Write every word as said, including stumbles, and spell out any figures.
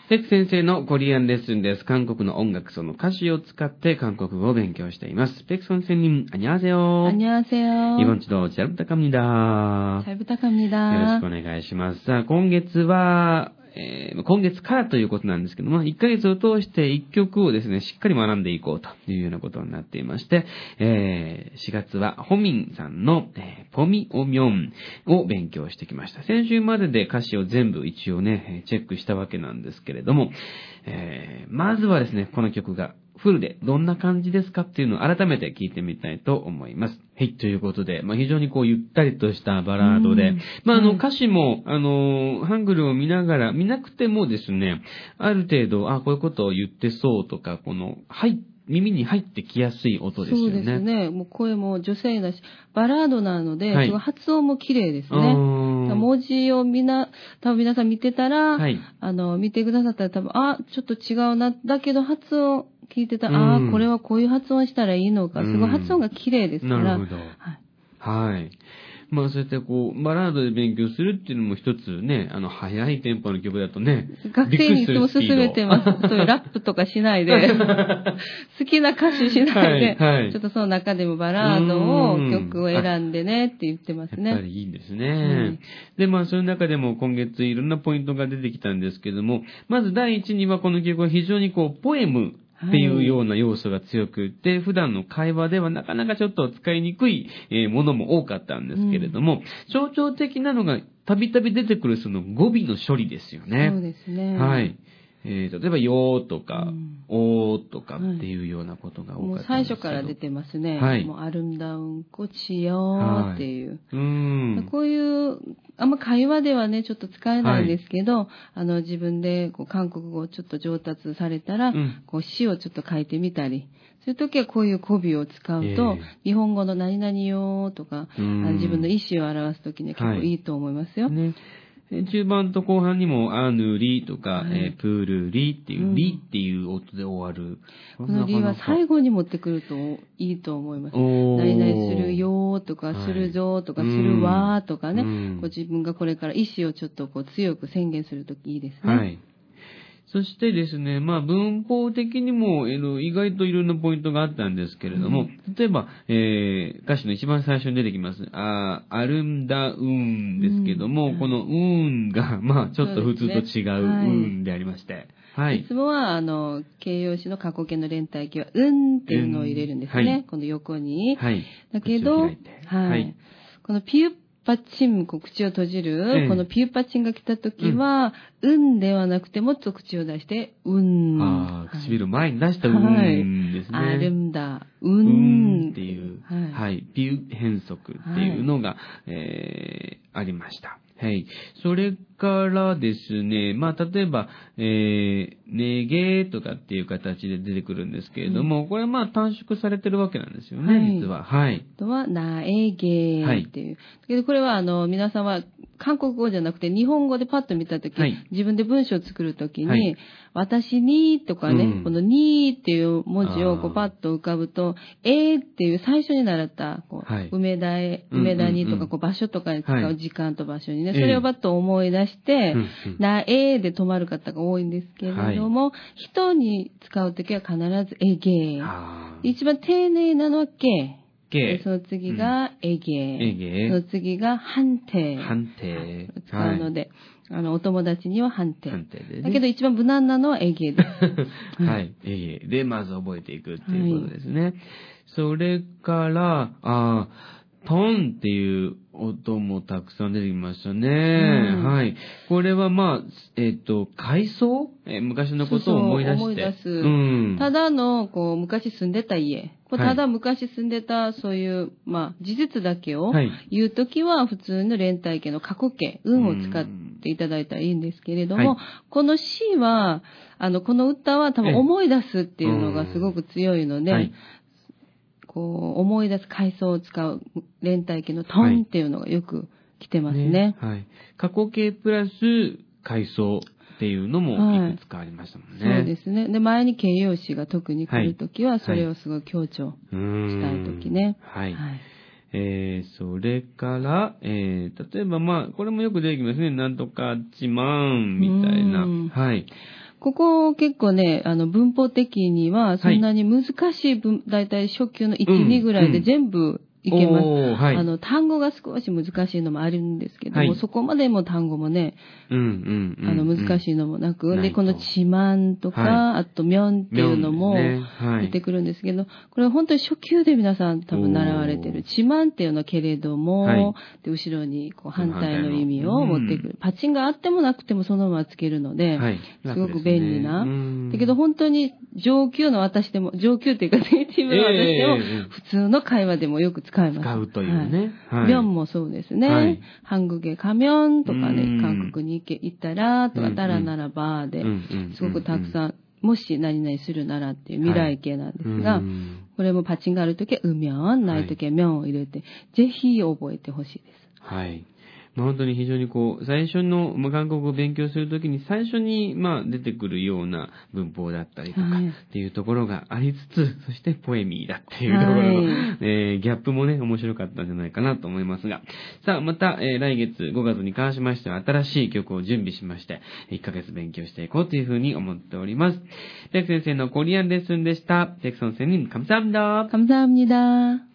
ペク先生のコリアンレッスンです。韓国の音楽、その歌詞を使って韓国語を勉強しています。ペク선생님、안녕하세요。 안녕하세요。 이번 주도 잘 부탁합니다。 잘 부탁합니다。 よろしくお願いします。さあ、今月は、えー、今月からということなんですけども、いっかげつを通していっきょくをですね、しっかり学んでいこうというようなことになっていまして、えー、しがつはホミンさんの、えー、ポミオミョンを勉強してきました。先週までで歌詞を全部一応ね、チェックしたわけなんですけれども、えー、まずはですね、この曲がフルでどんな感じですかっていうのを改めて聞いてみたいと思います。はい、ということで、まあ、非常にこうゆったりとしたバラードで、まあ、あの歌詞も、あの、ハングルを見ながら、見なくてもですね、ある程度、あ、こういうことを言ってそうとか、この、はい、耳に入ってきやすい音ですよね。 そうですね。もう声も女性だし、バラードなので、 はい、 すごい発音も綺麗ですね。文字をみな、多分皆さん見てたら、はい、あの、見てくださったら多分、あ、ちょっと違うな、だけど発音聞いてたら、ああ、これはこういう発音したらいいのか、すごい発音が綺麗ですから。 なるほど。はい。はい。まあそうやってこう、バラードで勉強するっていうのも一つね、あの、速いテンポの曲だとね。 学生にいつも勧めてます。そういうラップとかしないで。好きな歌詞しないで、はいはい、ちょっとその中でもバラードを、曲を選んでねって言ってますね。 やっぱりいいんですね。はい、で、まあその中でも今月いろんなポイントが出てきたんですけども、まず第一にはこの曲は非常にこう、ポエム、っていうような要素が強くって、普段の会話ではなかなかちょっと使いにくいものも多かったんですけれども、うん、象徴的なのがたびたび出てくるその語尾の処理ですよね。 そうですね。 はい。えー、例えば、よーとか、うん、おーとかっていうようなことが多かったんですけど、もう最初から出てますね。 はい。 もうアルムダウンコチよーっていう。はい、 うん。 こういう、あんま会話ではね、ちょっと使えないんですけど、はい、あの、自分でこう韓国語をちょっと上達されたら、うん、こう詩をちょっと書いてみたり、そういう時はこういう語尾を使うと、えー、日本語の何々よーとか、あの自分の意思を表す時には結構いいと思いますよ。 はいね、中盤と後半にも、アヌリとか、はい、えー、プールリっていう、うん、リっていう音で終わる。 このリは最後に持ってくるといいと思います。何々するよーとか、するぞーとか、はい、するわーとかね、うん、こう自分がこれから意思をちょっとこう強く宣言するときいいですね。 はい。そしてですね、まあ文法的にも、えー、意外といろんなポイントがあったんですけれども、うん、例えば、えー、歌詞の一番最初に出てきます、あアルムダウーンですけども、うん、このうーんが、まあちょっと普通と違ううーんでありまして、 はい。いつもは、あの、形容詞の過去形の連帯形は、うんっていうのを入れるんですね。はい、この横に。はい。だけど、はい、はい。このピュッパチン、こう口を閉じる、ええ、このピューパチンが来たときは、うん、うんではなくてもっと口を出して、うん。 ああ、唇前に出したうんですね。 はい、あるんだ、ううん。 んっていう、はい、はい、ピュー変則っていうのが、はい、えー、ありました。はい。それからですね、まあ、例えば、えー、ねげーとかっていう形で出てくるんですけれども、うん、これはまあ短縮されてるわけなんですよね、はい、実は。はい。 あとは、なえげーっていう。はい、けどこれは、あの、皆さんは、韓国語じゃなくて日本語でパッと見たとき、はい、自分で文章を作るときに、はい、私にとかね、うん、このにっていう文字をこうパッと浮かぶと、えーっていう最初に習った、こう、はい、梅田へ、梅田にとか、こう場所とかに使う時間と場所にね、はい、それをパッと思い出して、えー、なえーで止まる方が多いんですけれども、はい、人に使うときは必ずえげー。一番丁寧なのはけー。その次が、えげー。その次が、はんてー。 はんてー。使うので、はい、あの、お友達にははんてー。はんてーでね、だけど一番無難なのはえげーです。 はい。えげーで、まず覚えていくっていうことですね。はい、それから、あトンっていう音もたくさん出てきましたね。うん、はい。これはまあ、えっ、ー、と、回想、えー、昔のことを思い出して。 そうそう思い出す。うん、ただの、こう、昔住んでた家。これただ昔住んでた、そういう、まあ、事実だけを言うときは、普通の連帯形の過去形、運を使っていただいたらいいんですけれども、はい、この詩は、あの、この歌は多分思い出すっていうのがすごく強いので、はい、こう、思い出す回想を使う連帯形のトンっていうのがよく来てますね。ね、 はい。過去形プラス回想っていうのもいくつかありましたもんね。 はい、そうですね。で、前に形容詞が特に来るときは、それをすごい強調したいときね。 はい。はい、えー、それから、えー、例えばまあ、これもよく出てきますね。なんとかちまんみたいな。はい。 ここ結構ね、あの、文法的にはそんなに難しい文、だいたい初級のいち、にぐらいで全部いけます。はい、あの、単語が少し難しいのもあるんですけども、はい、そこまでも単語もね、うんうんうんうん、あの、難しいのもなく、で、このチマンとか、はい、あとミョンっていうのも出てくるんですけど、これは本当に初級で皆さん多分習われてる。チマンっていうのけれども、はい、で後ろにこう反対の意味を持ってくる。パチンがあってもなくてもそのままつけるので、はい、すごく便利な。だけど本当に上級の私でも、上級っていうかネイティブの私でも、普通の会話でもよく使えます。 使うというね。 はい。ミョンもそうですね。はい。ハングゲカミョンとかね、韓国に行け、行ったら、とか、タラならばで、すごくたくさん、もし何々するならっていう未来形なんですが、はい、これもパチンがあるときはウミョン、ないときはミョンを入れて、ぜひ覚えてほしいです。 はい。まあ、本当に非常にこう、最初の、まあ、韓国語を勉強するときに最初に、まあ、出てくるような文法だったりとか、っていうところがありつつ、はい、そしてポエミーだっていうところの、はい、えー、ギャップもね、面白かったんじゃないかなと思いますが、さあ、また、えー、来月ごがつに関しましては、新しい曲を準備しまして、いっかげつ勉強していこうというふうに思っております。テク先生のコリアンレッスンでした。テク先生に감사합니다。 감사합니다。